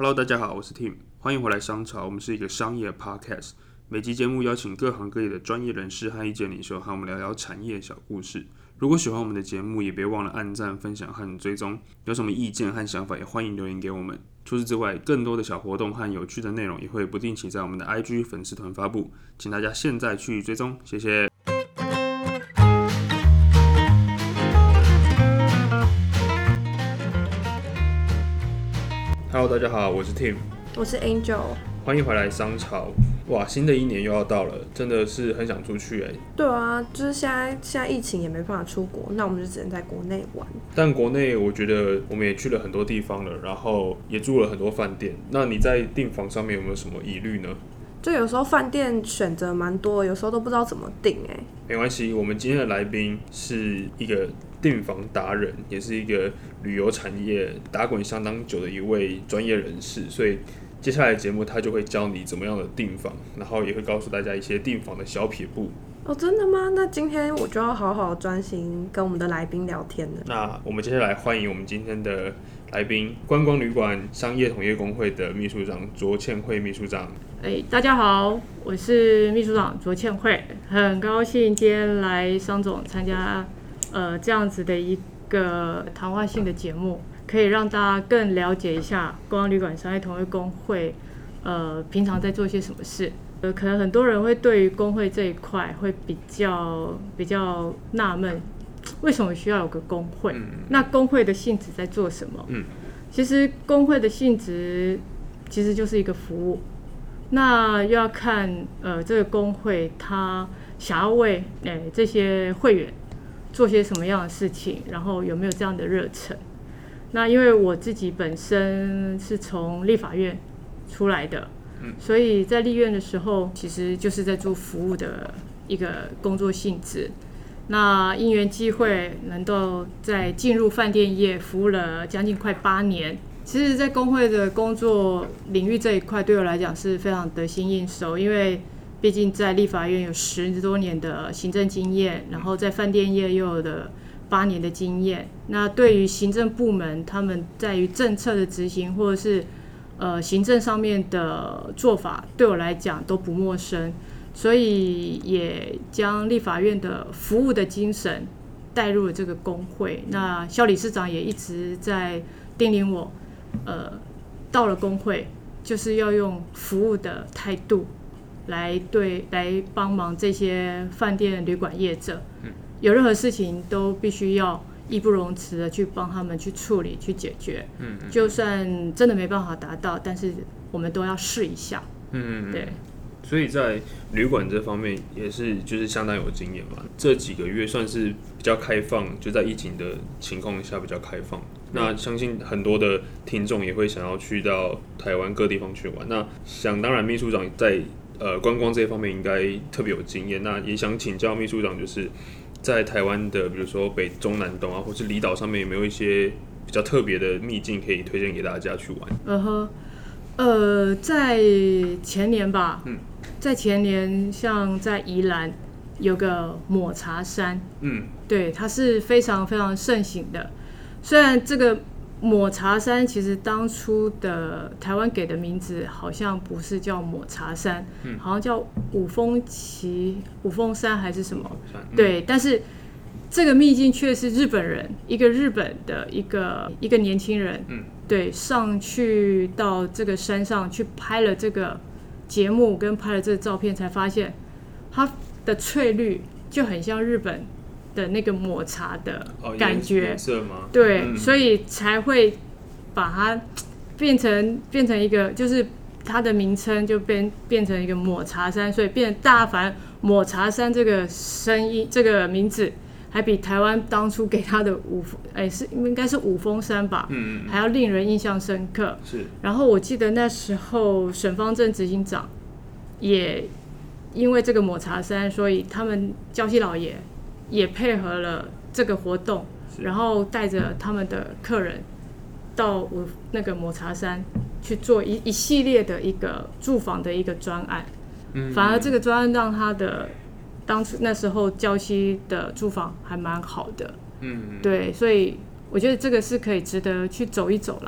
Hello， 大家好，我是 Tim， 欢迎回来商潮。我们是一个商业 podcast， 每集节目邀请各行各业的专业人士和意见领袖，和我们聊聊产业小故事。如果喜欢我们的节目，也别忘了按赞、分享和追踪。有什么意见和想法，也欢迎留言给我们。除此之外，更多的小活动和有趣的内容也会不定期在我们的 IG 粉丝团发布，请大家现在去追踪，谢谢。Hello， 大家好，我是 Tim， 我是 Angel， 欢迎回来商潮。哇，新的一年又要到了，真的是很想出去欸。 对啊，就是现在疫情也没办法出国，那我们就只能在国内玩。 但国内我觉得我们也去了很多地方了，然后也住了很多饭店。那你在订房上面有没有什么疑虑呢？ 就有时候饭店选择蛮多，有时候都不知道怎么订欸。 没关系，我们今天的来宾是一个订房达人，也是一个旅游产业打滚相当久的一位专业人士，所以接下来的节目他就会教你怎么样的订房，然后也会告诉大家一些订房的小撇步。 哦，真的吗？那今天我就要好好专心跟我们的来宾聊天了。 那我们接下来欢迎我们今天的来宾，观光旅馆商业同业公会的秘书长卓倩慧秘书长。 大家好，我是秘书长卓倩慧，很高兴今天来商总参加这样子的一个谈话性的节目，可以让大家更了解一下观光旅馆商业同业公会平常在做些什么事。可能很多人会对于工会这一块会比较纳闷，为什么需要有个工会？那工会的性质在做什么？其实工会的性质其实就是一个服务。那又要看这个工会他想要为这些会员做些什么样的事情，然后有没有这样的热忱。那因为我自己本身是从立法院出来的，所以在立院的时候其实就是在做服务的一个工作性质。那因缘际会能够在进入饭店业服务了将近快8年。其实在工会的工作领域这一块对我来讲是非常得心应手，因为毕竟在立法院有10多年的行政经验，然后在饭店业又有了8年的经验。那对于行政部门他们在于政策的执行或者是行政上面的做法对我来讲都不陌生，所以也将立法院的服务的精神带入了这个工会。那萧理事长也一直在叮咛我到了工会就是要用服务的态度来帮忙这些饭店旅馆业者，有任何事情都必须要义不容辞的去帮他们去处理去解决，就算真的没办法达到，但是我们都要试一下。对。 所以在旅馆这方面也是就是相当有经验嘛，这几个月算是比较开放，就在疫情的情况下比较开放。那相信很多的听众也会想要去到台湾各地方去玩。那想当然秘书长在观光这一方面应该特别有经验，那也想请教秘书长，就是在台湾的比如说北中南东啊，或是离岛上面有没有一些比较特别的秘境可以推荐给大家去玩？ 在前年吧，在前年像在宜兰有个抹茶山，对，它是非常非常盛行的。虽然这个抹茶山其实当初的台湾给的名字好像不是叫抹茶山，好像叫五峰山还是什么，对，但是这个秘境却是日本人，一个日本的一个年轻人，对，上去到这个山上去拍了这个节目跟拍了这个照片，才发现它的翠绿就很像日本的那个抹茶的感觉， 颜色吗？ 对，所以才会把它变成一个，就是它的名称就变成一个抹茶山，所以变成大凡抹茶山这个声音这个名字还比台湾当初给他的应该是五峰山吧，还要令人印象深刻。 是。然后我记得那时候沈方正执行长也因为这个抹茶山，所以他们礁溪老爷也配合了这个活动，然后带着他们的客人到那个抹茶山去做一系列的一个住房的一个专案。反而这个专案让他的当初那时候礁溪的住房还蛮好的，对，所以我觉得这个是可以值得去走一走啦。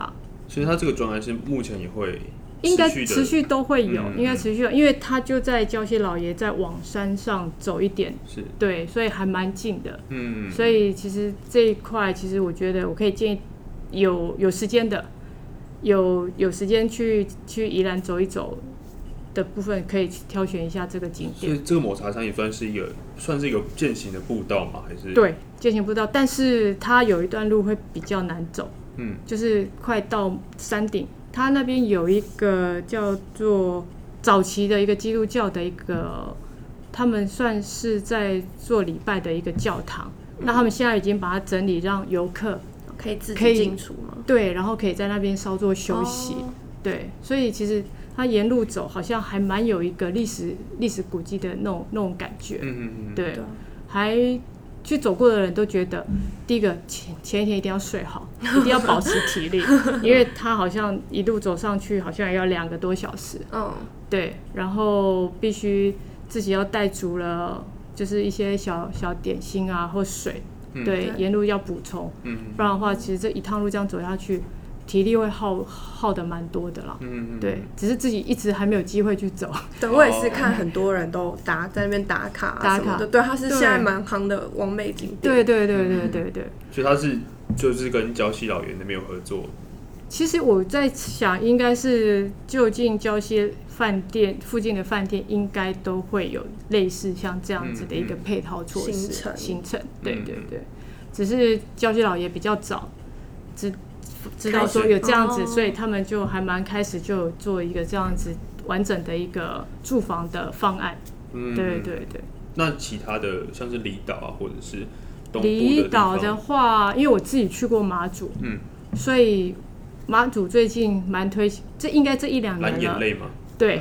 所以它这个专案是目前也会应该持续都会有，应该持续有，因为它就在礁溪老爷再往山上走一点， 是对，所以还蛮近的。所以其实这一块，其实我觉得我可以建议有时间的，有时间去宜兰走一走的部分，可以挑选一下这个景点。 所以这个抹茶山也算是一个健行的步道吗？还是对健行步道，但是它有一段路会比较难走，就是快到山顶。它那边有一个叫做早期的一个基督教的一个，他们算是在做礼拜的一个教堂。那他们现在已经把它整理，让游客可以自己进出吗？ 对，然后可以在那边稍作休息。对，所以其实它沿路走好像还蛮有一个历史古迹的那种感觉。对，还去走过的人都觉得，第一个前一天一定要睡好，一定要保持体力，因为他好像一路走上去好像也要2个多小时。对，然后必须自己要带足了，就是一些小点心啊或水，对，沿路要补充，不然的话，其实这一趟路这样走下去，体力会耗的蛮多的啦。对，只是自己一直还没有机会去走。 对，我也是看很多人都在那边打卡什么的。对，它是现在蛮夯的网美景点。对。 所以它就是跟礁溪老爷那边有合作。 其实我在想，应该是就近礁溪饭店附近的饭店，应该都会有类似像这样子的一个配套措施行程。对。只是礁溪老爷比较早知道说有这样子，所以他们就还蛮开始就做一个这样子完整的一个住房的方案。对。 那其他的像是离岛啊，或者是东部的离岛的话，因为我自己去过马祖，所以马祖最近蛮推，这应该这1-2年了。 蓝眼泪吗？ 对。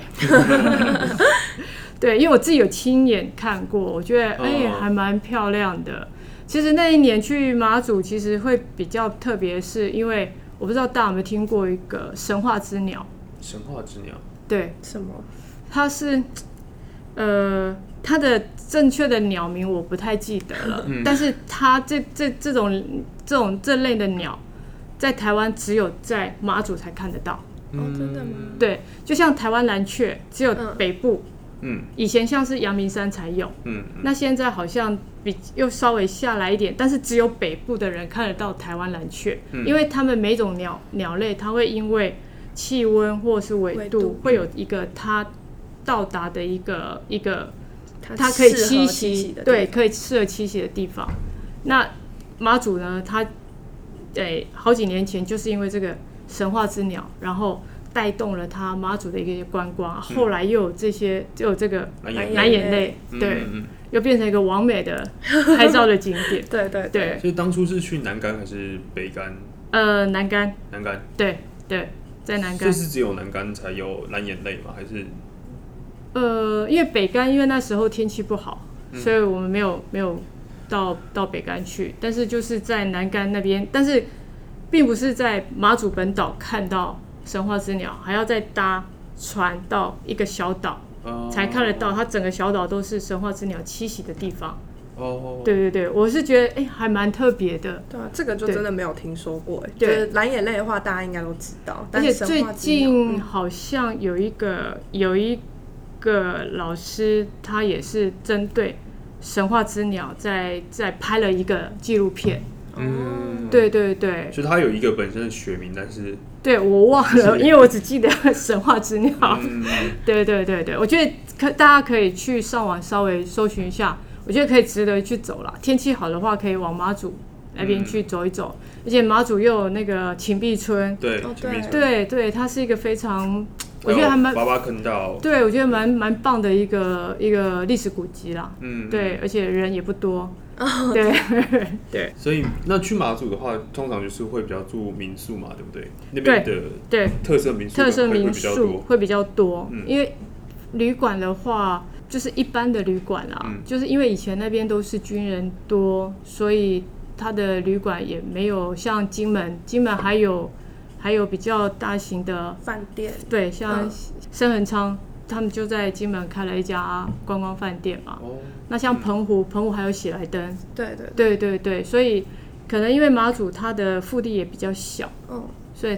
对，因为我自己有亲眼看过，我觉得还蛮漂亮的。其实那一年去马祖，其实会比较特别，是因为我不知道大家有没有听过一个神话之鸟。神话之鸟？对。什么？它是它的正确的鸟名我不太记得了，但是它这类的鸟，在台湾只有在马祖才看得到。 真的吗？ 对，就像台湾蓝雀，只有北部。以前像是阳明山才有，那现在好像又稍微下来一点，但是只有北部的人看得到台湾蓝雀，因为他们每种鸟类，它会因为气温或是纬度，会有一个它到达的一个它可以栖息，对，可以适合栖息的地方。那马祖呢，它好几年前就是因为这个神话之鸟，然后带动了它马祖的一个观光，后来又有这个蓝眼泪，对，又变成一个完美的拍照的景点。对。 所以当初是去南竿还是北竿？ 南竿。对，在南竿。 所以是只有南竿才有蓝眼泪吗？还是？ 因为北竿因为那时候天气不好，所以我们没有到北竿去，但是就是在南竿那边，但是并不是在马祖本岛看到神话之鸟，还要再搭船到一个小岛，才看得到。它整个小岛都是神话之鸟栖息的地方。对，我是觉得还蛮特别的。 对啊，这个就真的没有听说过。就是蓝眼泪的话，大家应该都知道。 而且最近好像有一个老师，他也是针对神话之鸟在拍了一个纪录片。对。 所以它有一个本身的学名，但是对我忘了，因为我只记得神话之鸟。对，我觉得大家可以去上网稍微搜寻一下，我觉得可以值得去走啦。天气好的话，可以往马祖那边去走一走，而且马祖又有那个芹壁村。对，它是一个非常，我觉得还蛮巴巴坑道。 对，我觉得蛮棒的一个历史古迹啦。对，而且人也不多。对。 所以那去马祖的话，通常就是会比较住民宿嘛，对不对？那边的特色民宿会比较多，因为旅馆的话就是一般的旅馆啦，就是因为以前那边都是军人多，所以它的旅馆也没有像金门还有比较大型的饭店。对， 像深恒昌。他们就在金门开了一家观光饭店嘛。那像澎湖还有喜来登。对，所以可能因为马祖它的腹地也比较小，所以它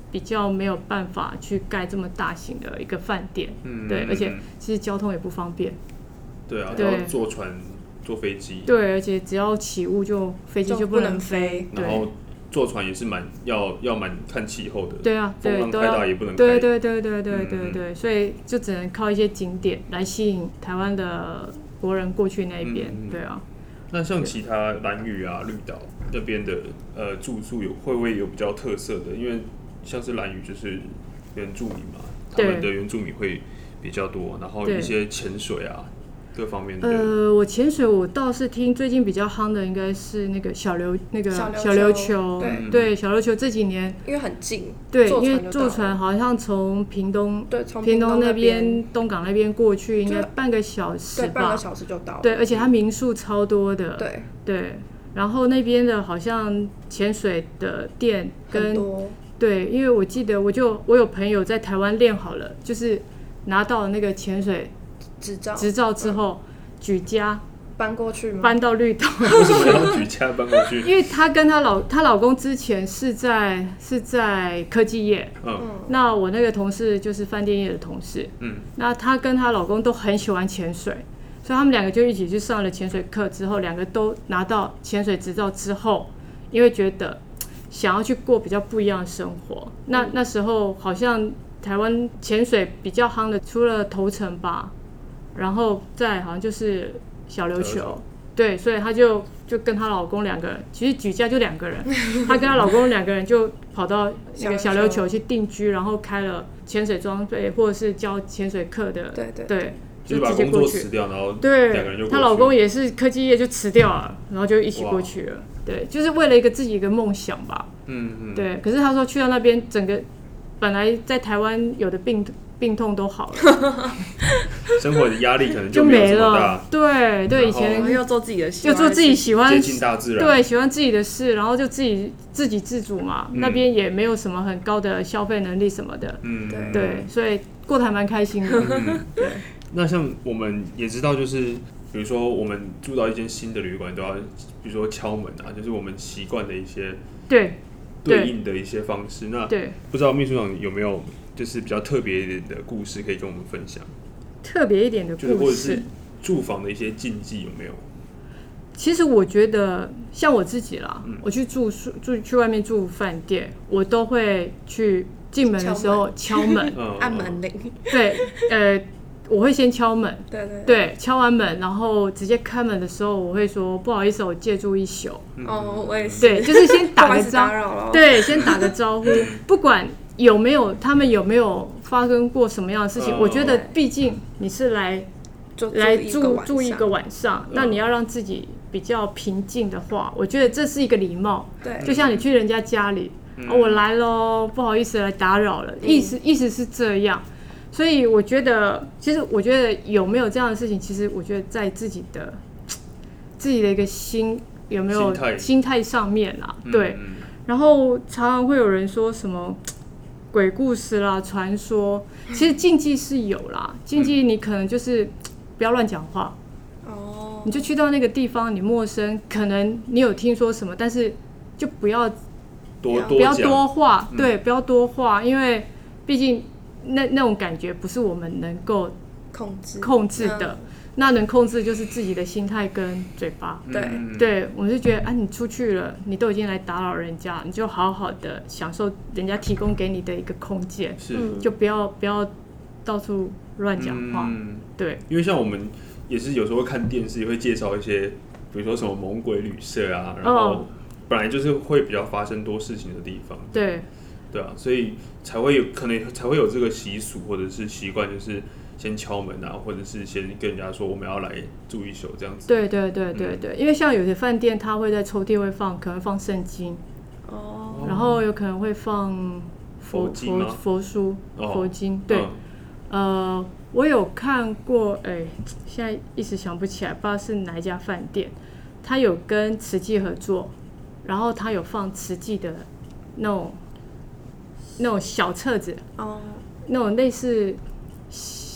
比较没有办法去盖这么大型的一个饭店，对，而且其实交通也不方便。 对啊，要坐船、坐飞机。 对，而且只要起雾飞机就不能飞。 然后坐船也是要看气候的。 对啊， 风浪太大也不能开。 对，所以就只能靠一些景点来吸引台湾的国人过去那边。对啊。 那像其他兰屿啊、绿岛那边的住宿会不会有比较特色的？因为像是兰屿就是原住民嘛，他们的原住民会比较多，然后一些潜水啊各方面的。我潜水我倒是听最近比较夯的应该是那个小琉球，对小琉球这几年因为很近， 对，因为坐船好像从屏东那边东港那边过去应该半个小时吧， 对，半个小时就到了。 对，而且它民宿超多的， 对， 然后那边的好像潜水的店很多。 对，因为我记得我有朋友在台湾练好了，就是拿到了那个潜水执照之后，举家搬过去吗？ 搬到绿岛。 为什么要举家搬过去？ 因为她跟她老公之前是在科技业，那我那个同事就是饭店业的同事，那她跟她老公都很喜欢潜水，所以他们两个就一起去上了潜水课之后，两个都拿到潜水执照之后，因为觉得想要去过比较不一样的生活。那时候好像台湾潜水比较夯的，除了头城吧，然后再好像就是小琉球。对，所以她就跟她老公两个人，其实举家就2个人，她跟她老公2个人就跑到那个小琉球去定居，然后开了潜水装备或者是教潜水课的，对， 就把工作辞掉，然后2个人就过去。 她老公也是科技业就辞掉了，然后就一起过去了。对，就是为了自己一个梦想吧。对。可是她说去到那边，整个本来在台湾有的病痛都好了， 生活的压力可能就没有这么大。 对，以前要做自己的事， 就做自己喜欢， 接近大自然， 对，喜欢自己的事，然后就自给自足嘛。那边也没有什么很高的消费能力什么的，对，所以过得还蛮开心的。对。 那像我们也知道，就是比如说我们住到一间新的旅馆，都要比如说敲门啊，就是我们习惯的一些对应的一些方式。那不知道秘书长有没有就是比较特别一点的故事可以跟我们分享？ 特别一点的故事， 就是或者是住房的一些禁忌有没有？ 其实我觉得像我自己啦，我去去外面住饭店，我都会去进门的时候敲门， 按门铃。 对，我会先敲门， 对， 敲完门，然后直接开门的时候，我会说不好意思，我借住1宿。 我也是。 对，就是先打个招呼，对，先打个招呼，不管他们有没有发生过什么样的事情，我觉得毕竟你是来住一个晚上，那你要让自己比较平静的话，我觉得这是一个礼貌。 对， 就像你去人家家里，我来咯，不好意思来打扰了，意思是这样。所以我觉得，其实我觉得有没有这样的事情，其实我觉得在自己的一个有没有心态上面啦，对。然后常常会有人说什么鬼故事啦、传说，其实禁忌是有啦，禁忌你可能就是不要乱讲话。你就去到那个地方，你陌生，可能你有听说什么，但是就不要多话，对，不要多话，因为毕竟。那种感觉不是我们能够控制的，那能控制就是自己的心态跟嘴巴。对，我是觉得你出去了，你都已经来打扰人家，你就好好的享受人家提供给你的一个空间，就不要到处乱讲话。对， 因为像我们也是有时候看电视也会介绍一些，比如说什么猛鬼旅社啊，然后本来就是会比较发生多事情的地方。对啊，所以可能才会有这个习俗或者是习惯，就是先敲门啊，或者是先跟人家说我们要来住1宿这样子。 对，因为像有些饭店，它会在抽屉可能放圣经，然后有可能会放佛书、佛经。对，我有看过，现在一时想不起来，不知道是哪一家饭店，它有跟慈济合作，然后它有放慈济的那种小册子，那种类似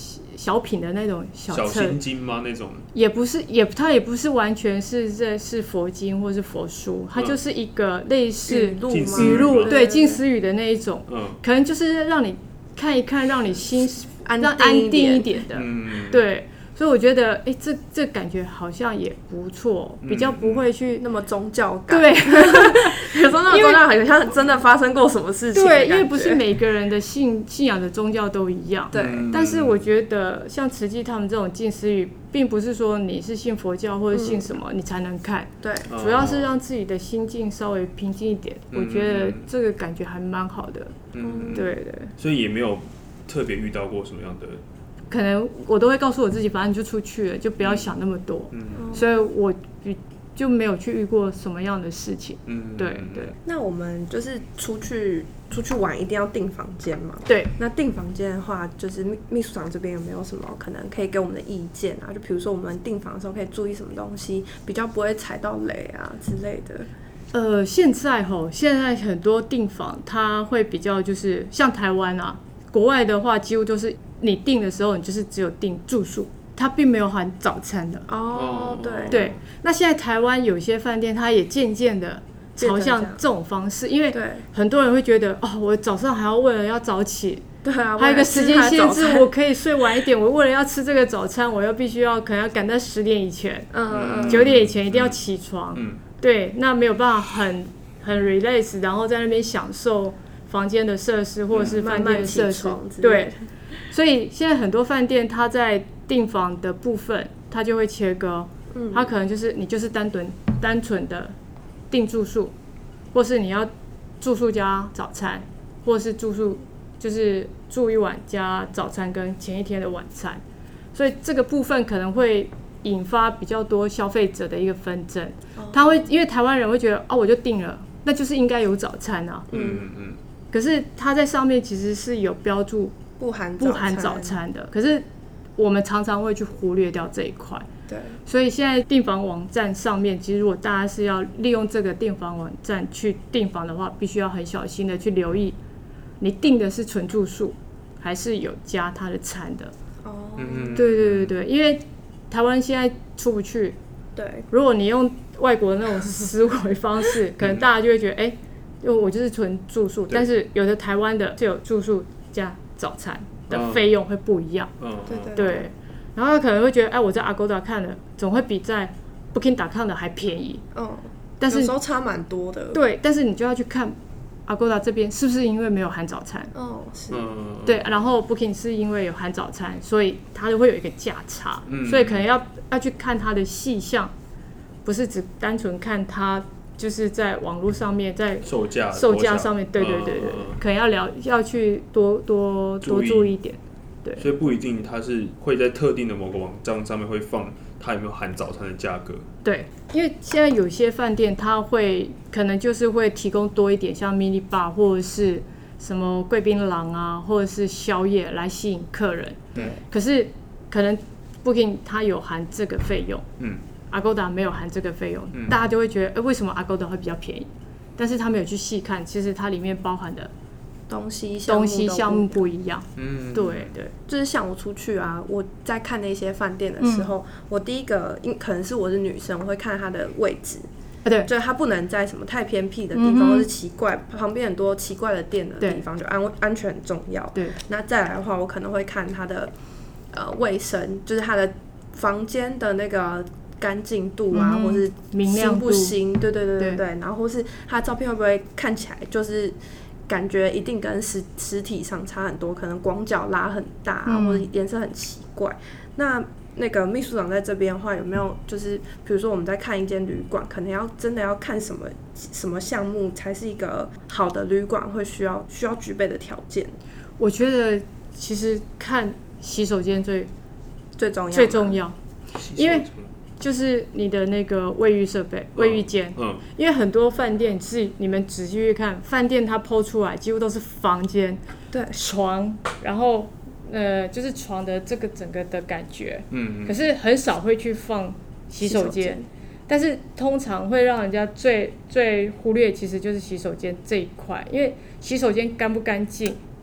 小品的那种小册， 小心经吗？那种也不是，它也不是完全是佛经或是佛书，它就是一个类似语录，对，近思语的那一种，可能就是让你看一看，让你心安定一点的，对。所以我觉得，这感觉好像也不错，比较不会去那么宗教感。 对， 有时候那种宗教好像真的发生过什么事情。 对，因为不是每个人的信仰的宗教都一样。 对。 但是我觉得，像慈济他们这种近思语，并不是说你是信佛教或者信什么你才能看。 对。 主要是让自己的心境稍微平静一点，我觉得这个感觉还蛮好的。对对。 所以也没有特别遇到过什么样的。 可能我都会告诉我自己，反正你就出去了，就不要想那么多。所以我就没有去遇过什么样的事情。对对。 那我们就是出去玩，一定要订房间嘛？ 对。 那订房间的话，就是秘书长这边有没有什么可能可以给我们的意见啊？就比如说我们订房的时候可以注意什么东西，比较不会踩到雷啊之类的。 现在很多订房，它会比较就是像台湾啊，国外的话几乎都是。你订的时候，你就是只有订住宿，它并没有含早餐的。对。那现在台湾有些饭店，它也渐渐的朝向这种方式，因为很多人会觉得，我早上还要为了要早起， 对啊， 还有一个时间限制，我可以睡晚一点，我为了要吃这个早餐，我又必须可能要赶在10点以前，9点以前一定要起床。对，那没有办法很 relax， 然后在那边享受房间的设施或者是饭店的设施，对。所以现在很多饭店，它在订房的部分，它就会切割，它可能就是你就是单纯的订住宿，或是你要住宿加早餐，或是住宿就是住一晚加早餐跟前一天的晚餐，所以这个部分可能会引发比较多消费者的一个纷争。他会因为台湾人会觉得我就订了，那就是应该有早餐啊，可是它在上面其实是有标注。不含早餐的，可是我们常常会去忽略掉这一块。 对， 所以现在订房网站上面，其实如果大家是要利用这个订房网站去订房的话，必须要很小心的去留意，你订的是纯住宿，还是有加它的餐的。对，因为台湾现在出不去。 对， 如果你用外国的那种思维方式，可能大家就会觉得，因为我就是纯住宿，但是有的台湾的就有住宿加早餐的费用会不一样，对，然后他可能会觉得，我在 Agoda 看的总会比在 Booking.com 的还便宜，但是有时候差蛮多的， 对，但是你就要去看 Agoda 这边是不是因为没有含早餐， 是， 对，然后 Booking 是因为有含早餐，所以它就会有一个价差，所以可能要去看它的细项，不是只单纯看它。就是在网络上面，在售价上面，对，可能要去多注意一点，对。 所以不一定它是会在特定的某个网站上面会放它有没有含早餐的价格。 对，因为现在有些饭店它会可能就是会提供多一点，像 mini bar 或者是什么贵宾廊啊，或者是宵夜来吸引客人。 对。 可是可能 Booking 它有含这个费用。Agoda 没有含这个费用，大家就会觉得，为什么 Agoda 会比较便宜？但是他没有去细看，其实它里面包含的东西项目不一样。对， 就是像我出去啊，我在看那些饭店的时候，我第一个可能是我是女生，我会看它的位置。 对， 就是它不能在什么太偏僻的地方，或是奇怪旁边很多奇怪的店的地方，就安全很重要。 对， 那再来的话，我可能会看它的卫生，就是它的房间的那个。干净度啊，或是新不新，对，然后或是它的照片会不会看起来就是感觉一定跟实体上差很多，可能广角拉很大啊，或者颜色很奇怪。那个秘书长在这边的话，有没有就是比如说我们在看一间旅馆，可能真的要看什么项目才是一个好的旅馆会需要具备的条件？ 我觉得其实看洗手间最重要，因为。就是你的那个卫浴设备、卫浴间，因为很多饭店是你们仔细去看，饭店它 po 出来几乎都是房间、 对床，然后就是床的这个整个的感觉，可是很少会去放洗手间，但是通常会让人家最忽略，其实就是洗手间这一块，因为洗手间干不干净，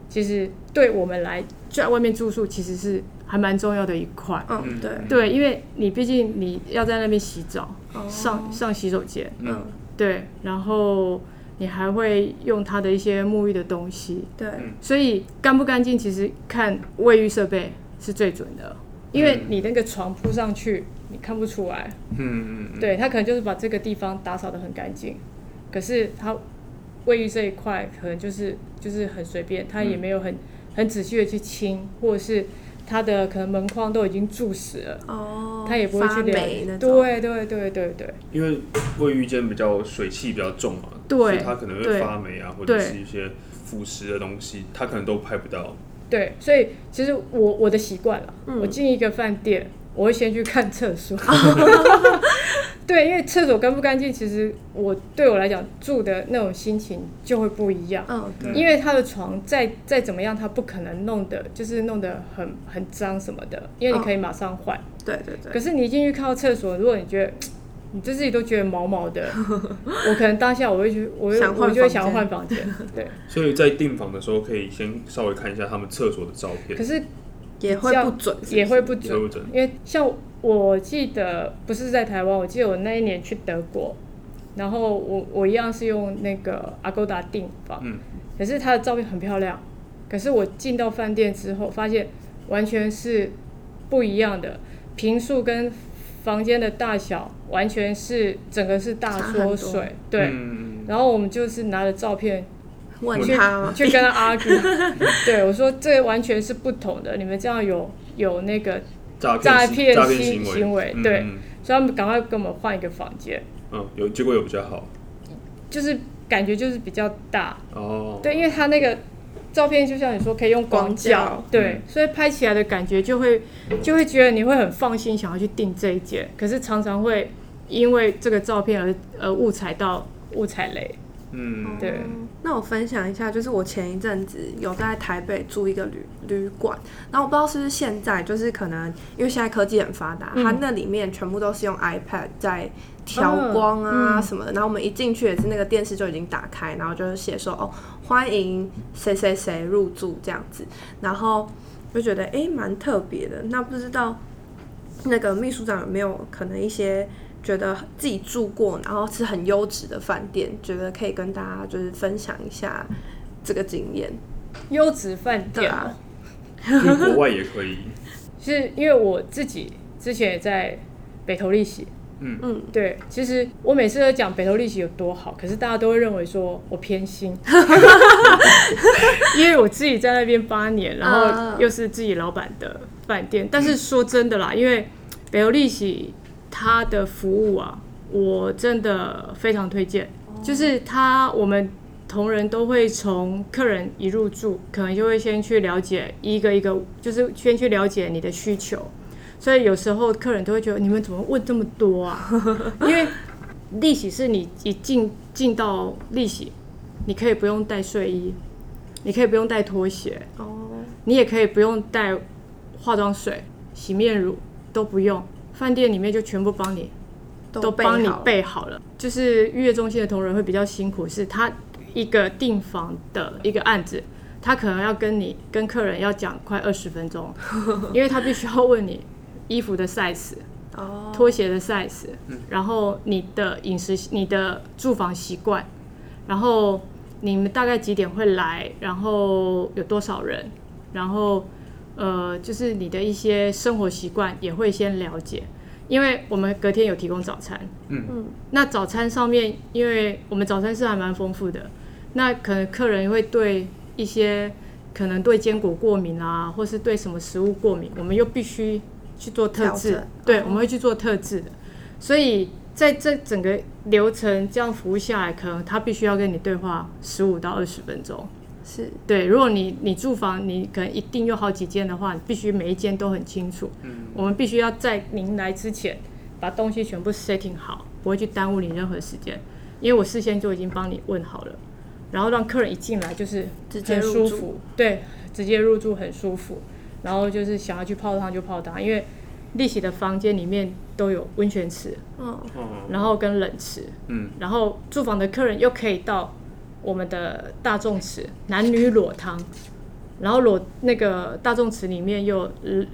其实对我们来就在外面住宿其实是还蛮重要的一块。对，因为你毕竟你要在那边洗澡，上洗手间，对，然后你还会用它的一些沐浴的东西， 对， 所以干不干净其实看卫浴设备是最准的，因为你那个床铺上去你看不出来，对，他可能就是把这个地方打扫得很干净，可是他卫浴这一块可能就是很随便，他也没有很仔细的去清，或者是他的可能门框都已经蛀死了，他也不会去发霉那种。对，因为卫浴间比较水汽比较重嘛， 对， 所以它可能会发霉啊，或者是一些腐蚀的东西，它可能都拍不到。 对，所以其实我的习惯了，我进一个饭店，我会先去看厕所。对，因为厕所干不干净，其实对我来讲住的那种心情就会不一样。因为他的床再怎么样，他不可能弄得很脏什么的，因为你可以马上换。 对。 可是你一进去看到厕所，如果你觉得你自己都觉得毛毛的，我可能当下我就会想要换房间。对。 所以在订房的时候，可以先稍微看一下他们厕所的照片。 可是也会不准， 也会不准，因为像我记得不是在台湾，我记得我那一年去德国，然后我一样是用那个 Agoda 订房，可是它的照片很漂亮，可是我进到饭店之后发现完全是不一样的，坪数跟房间的大小完全是整个是大缩水，对，然后我们就是拿着照片问他吗？ 去跟他 argue， 对，我说这完全是不同的，你们这样有那个诈骗行为，对，所以他们赶快跟我们换一个房间。 结果有比较好， 就是感觉就是比较大对，因为他那个照片就像你说可以用广角，对，所以拍起来的感觉就会觉得你会很放心想要去订这一间，可是常常会因为这个照片而误踩雷。对。 那我分享一下，就是我前一阵子有在台北住一个旅馆，然后我不知道是不是现在，就是可能因为现在科技很发达，它那里面全部都是用 iPad 在调光啊什么的，然后我们一进去也是那个电视就已经打开，然后就是写说欢迎谁谁谁入住这样子，然后就觉得蛮特别的。那不知道那个秘书长有没有可能一些觉得自己住过然后是很优质的饭店，觉得可以跟大家就是分享一下这个经验。 优质饭店去国外也可以。 是因为我自己之前也在北投利息，对，其实我每次都讲北投利息有多好，可是大家都会认为说我偏心，因为我自己在那边8年，然后又是自己老板的饭店。但是说真的啦，因为北投利息它的服务啊，我真的非常推荐。就是我们同仁都会从客人一入住，可能就会先去了解一个，就是先去了解你的需求。所以有时候客人都会觉得你们怎么问这么多啊？因为利息是你一进到利息，你可以不用带睡衣，你可以不用带拖鞋，你也可以不用带化妆水、洗面乳，都不用。饭店里面就全部帮你备好了。就是预约中心的同仁会比较辛苦，是他一个订房的一个案子，他可能要跟客人要讲快20分钟，因为他必须要问你衣服的 size，拖鞋的 size，然后你的饮食、你的住房习惯，然后你们大概几点会来，然后有多少人，然后就是你的一些生活习惯也会先了解，因为我们隔天有提供早餐，那早餐上面，因为我们早餐是还蛮丰富的，那可能客人会对一些可能对坚果过敏啊，或是对什么食物过敏，我们又必须去做特制，对，我们会去做特制的，所以在这整个流程这样服务下来，可能他必须要跟你对话15到20分钟。 是对，如果你住房，你可能一定有好几间的话，你必须每一间都很清楚。我们必须要在您来之前把东西全部 setting 好，不会去耽误你任何时间，因为我事先就已经帮你问好了，然后让客人一进来就是很舒服，对，直接入住很舒服，然后就是想要去泡汤就泡汤，因为利息的房间里面都有温泉池，然后跟冷池，然后住房的客人又可以到我们的大众池男女裸汤， 然后那个大众池里面又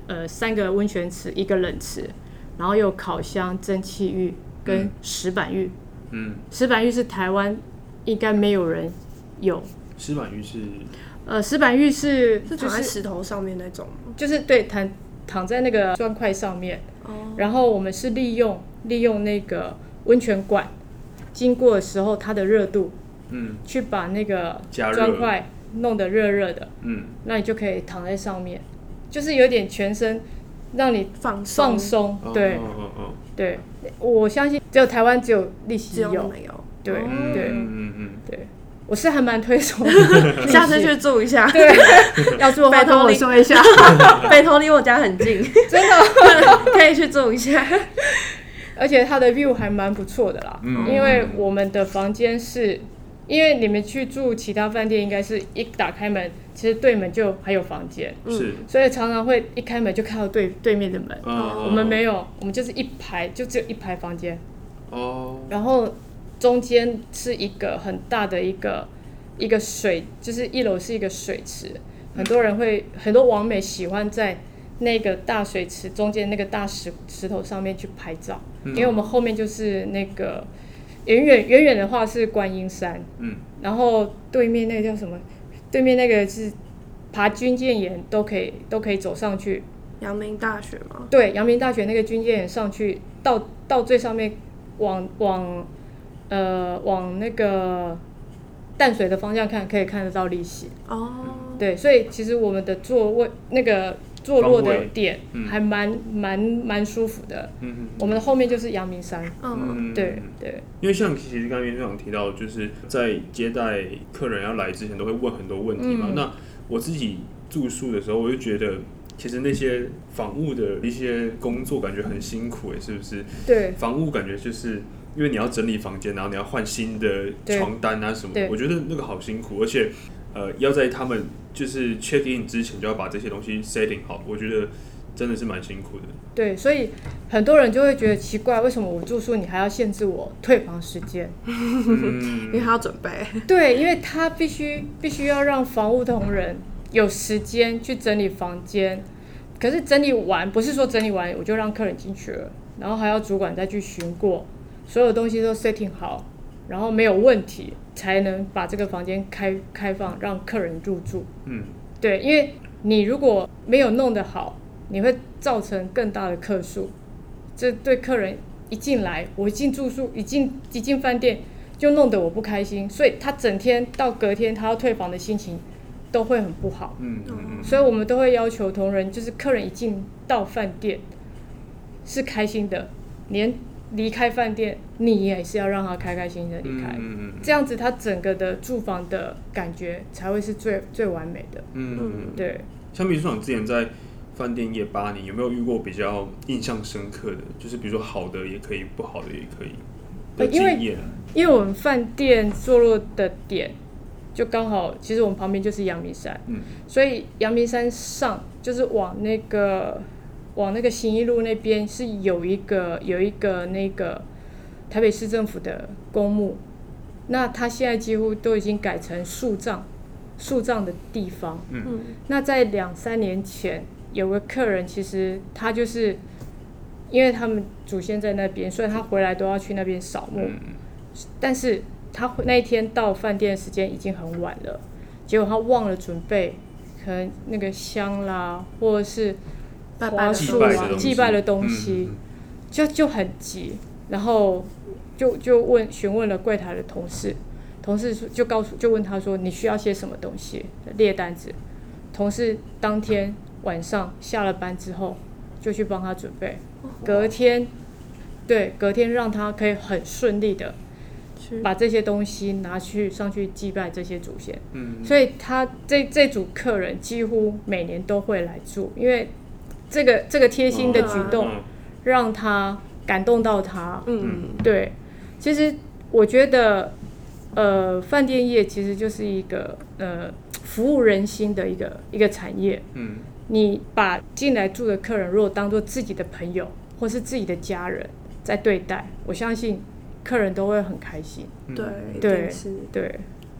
3个温泉池，1个冷池，然后有烤箱、蒸汽浴跟石板浴。石板浴是台湾应该没有人有。 石板浴是石板浴是躺在石头上面那种吗？ 就是对躺在那个砖块上面，然后我们是利用那个温泉管经过的时候它的热度，去把那个砖块弄得热热的，那你就可以躺在上面，就是有点全身让你放松，对，对，我相信只有台湾只有利息有， 没有， 对，对。我是还蛮推崇的， 下次去住一下。 对，要住的话跟我说一下。 北投离我家很近， 真的可以去住一下。 而且它的 view 还蛮不错的啦，因为我们的房间是，因为你们去住其他饭店，应该是一打开门，其实对门就还有房间， 是， 所以常常会一开门就看到对面的门。我们没有，我们就是一排，就只有一排房间。然后中间是一个很大的一个水，就是1楼是一个水池，很多网美喜欢在那个大水池中间那个大石头上面去拍照，因为我们后面就是那个远远的话是观音山，然后对面那个叫什么？对面那个是爬军舰岩都可以走上去。 阳明大学吗？ 对，阳明大学那个军舰岩上去到最上面往那个淡水的方向看，可以看得到利息。对，所以其实我们的坐落的点还蛮舒服的。我们的后面就是阳明山。对。 因为像其实刚才院长提到，就是在接待客人要来之前，都会问很多问题嘛。那我自己住宿的时候，我就觉得，其实那些房务的一些工作感觉很辛苦，是不是？对，房务感觉就是因为你要整理房间，然后你要换新的床单啊什么的，我觉得那个好辛苦，而且要在他们就是 check in 之前就要把这些东西 setting 好，我觉得真的是蛮辛苦的。对， 所以很多人就会觉得奇怪，为什么我住宿你还要限制我退房时间？ 因为他要准备。 对，因为他必须要让房务同仁有时间去整理房间，可是整理完不是说整理完我就让客人进去了，然后还要主管再去巡过，所有东西都 setting 好，然后没有问题，才能把这个房间开放让客人入住。对，因为你如果没有弄得好，你会造成更大的客诉，这对客人一进来，我一进住宿，一进饭店就弄得我不开心，所以他整天到隔天他要退房的心情都会很不好。所以我们都会要求同仁，就是客人一进到饭店是开心的，连离开饭店你也是要让他开心的离开，这样子他整个的住房的感觉才会是最完美的。对。 像秘书长之前在饭店业8年，有没有遇过比较印象深刻的？就是比如说好的也可以，不好的也可以的经验。 因为我们饭店坐落的点就刚好，其实我们旁边就是阳明山，所以阳明山上就是往那个信义路那边是有一个那个台北市政府的公墓，那它现在几乎都已经改成树葬的地方。那在2-3年前有个客人，其实他就是因为他们祖先在那边，所以他回来都要去那边扫墓，但是他那一天到饭店的时间已经很晚了，结果他忘了准备可能那个香啦，或者是花束啊祭拜的东西，就很急，然后就询问了柜台的同事就问他说你需要些什么东西，列单子。同事当天晚上下了班之后就去帮他准备，隔天让他可以很顺利的把这些东西拿去上去祭拜这些祖先。所以他这组客人几乎每年都会来住，因为这个贴心的举动让他感动到他。对，其实我觉得饭店业其实就是一个服务人心的一个产业。你把进来住的客人如果当作自己的朋友或是自己的家人在对待，我相信客人都会很开心。 对。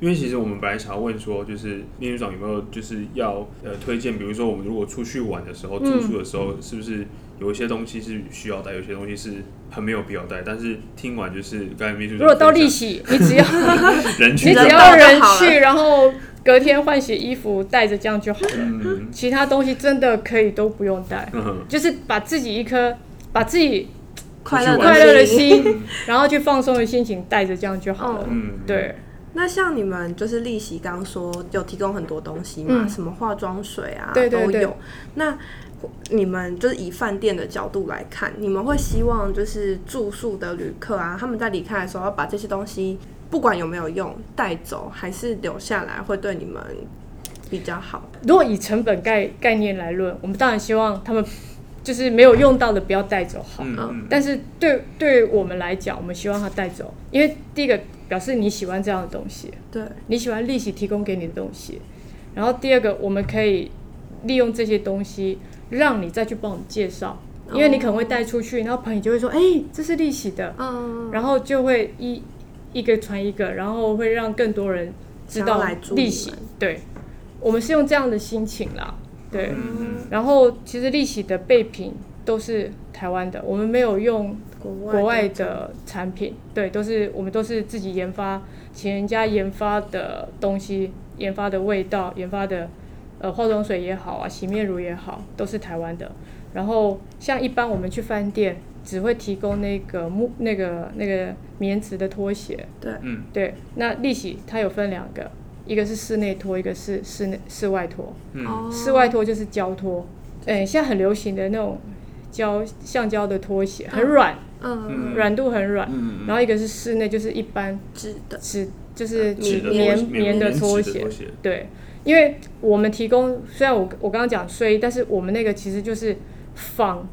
因为其实我们本来想要问说，就是秘书长有没有就是要推荐，比如说我们如果出去玩的时候、住宿的时候，是不是有一些东西是需要带，有些东西是很没有必要带？但是听完就是刚才秘书长， 如果到利息，你只要人去， 你只要人去，然后隔天换洗衣服带着这样就好了。其他东西真的可以都不用带，就是把自己快乐的心，然后去放松的心情带着这样就好了。对。 那像你们就是利息刚刚说有提供很多东西嘛，什么化妆水啊对对对都有。那你们就是以饭店的角度来看，你们会希望就是住宿的旅客啊，他们在离开的时候要把这些东西不管有没有用带走，还是留下来会对你们比较好？ 如果以成本概念来论，我们当然希望他们就是没有用到的不要带走好。但是对我们来讲，我们希望他带走，因为第一个表示你喜欢这样的东西， 对， 你喜欢利息提供给你的东西。然后第二个，我们可以利用这些东西让你再去帮我们介绍，因为你可能会带出去，然后朋友就会说，这是利息的，然后就会一个传一个，然后会让更多人知道利息。对，我们是用这样的心情啦，对。然后其实利息的备品都是台湾的，我们没有用国外的产品，对，我们都是自己研发，请人家研发的东西，研发的味道，研发的化妆水也好啊，洗面乳也好，都是台湾的。然后像一般我们去饭店只会提供那个棉质的拖鞋， 对， 对。那利息它有分两个，一个是室内拖，一个是室外拖。室外拖就是胶拖，现在很流行的那种橡胶的拖鞋，很软，软度很软。然后一个是室内，就是一般就是棉的拖鞋，对。因为我们提供，虽然我刚刚讲睡衣，但是我们那个其实就是仿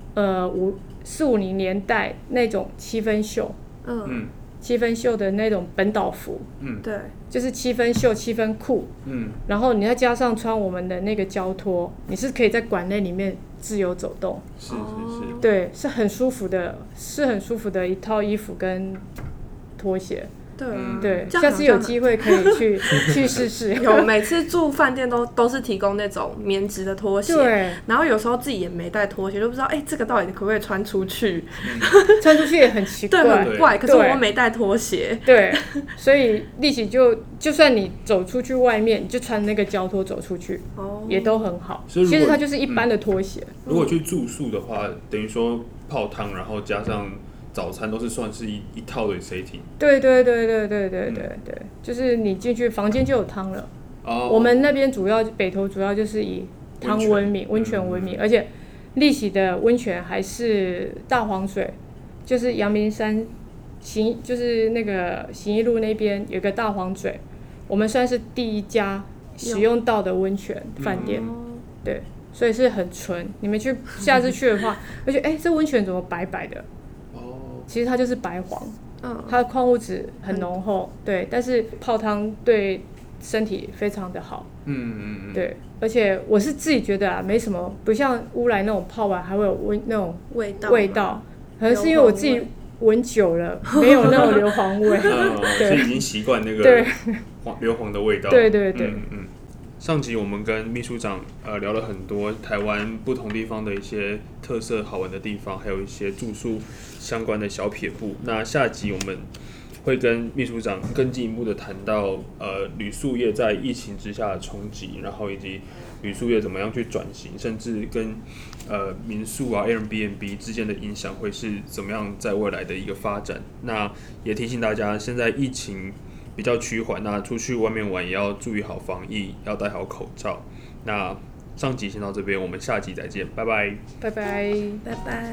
450年代那种七分袖，七分袖的那种本岛服， 对， 就是七分袖、七分裤，然后你再加上穿我们的那个胶拖，你是可以在馆内里面自由走动， 是， 对，是很舒服的一套衣服跟拖鞋。对，下次有机会可以去试试。 有，每次住饭店都是提供那种棉质的拖鞋， 对。 然后有时候自己也没带拖鞋，就不知道这个到底可不可以穿出去？ 穿出去也很奇怪， 对，很怪。可是我没带拖鞋， 对，所以利息就算你走出去外面，你就穿那个胶拖走出去，也都很好。其实它就是一般的拖鞋。 如果去住宿的话，等于说泡汤，然后加上早餐都是算是一套的 setting。 对，就是你进去房间就有汤了。我们那边北投主要就是以汤闻名，温泉闻名，而且利息的温泉还是大黄水，就是阳明山就是那个行义路那边有个大黄水，我们算是第一家使用到的温泉饭店，对，所以是很纯。你们下次去的话，会觉得这温泉怎么白白的？其实它就是白黄，它的矿物质很浓厚，对，但是泡汤对身体非常的好，对，而且我是自己觉得没什么，不像乌来那种泡完还会有那种味道，可能是因为我自己闻久了，没有那种硫磺味， 所以已经习惯那个硫磺的味道， 对， 上集我们跟秘书长聊了很多台湾不同地方的一些特色好玩的地方，还有一些住宿相关的小撇步。那下集我们会跟秘书长更进一步的谈到旅宿业在疫情之下的冲击，然后以及旅宿业怎么样去转型，甚至跟民宿啊 Airbnb 之间的影响会是怎么样在未来的一个发展。那也提醒大家，现在疫情比较趋缓，那出去外面玩也要注意好防疫，要戴好口罩。那上集先到这边，我们下集再见，拜拜， 拜拜， 拜拜。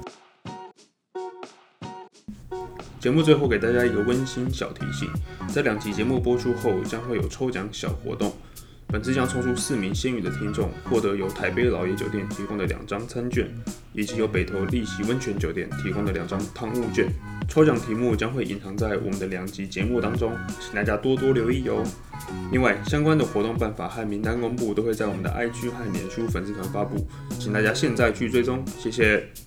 节目最后给大家一个温馨小提醒，在2集节目播出后，将会有抽奖小活动。本次将抽出4名幸运的听众，获得由台北老爷酒店提供的2张餐券，以及由北投利息温泉酒店提供的2张汤务券。抽奖题目将会隐藏在我们的2集节目当中，请大家多多留意哟。另外，相关的活动办法和名单公布都会在我们的 IG 和脸书粉丝团发布，请大家现在去追踪，谢谢。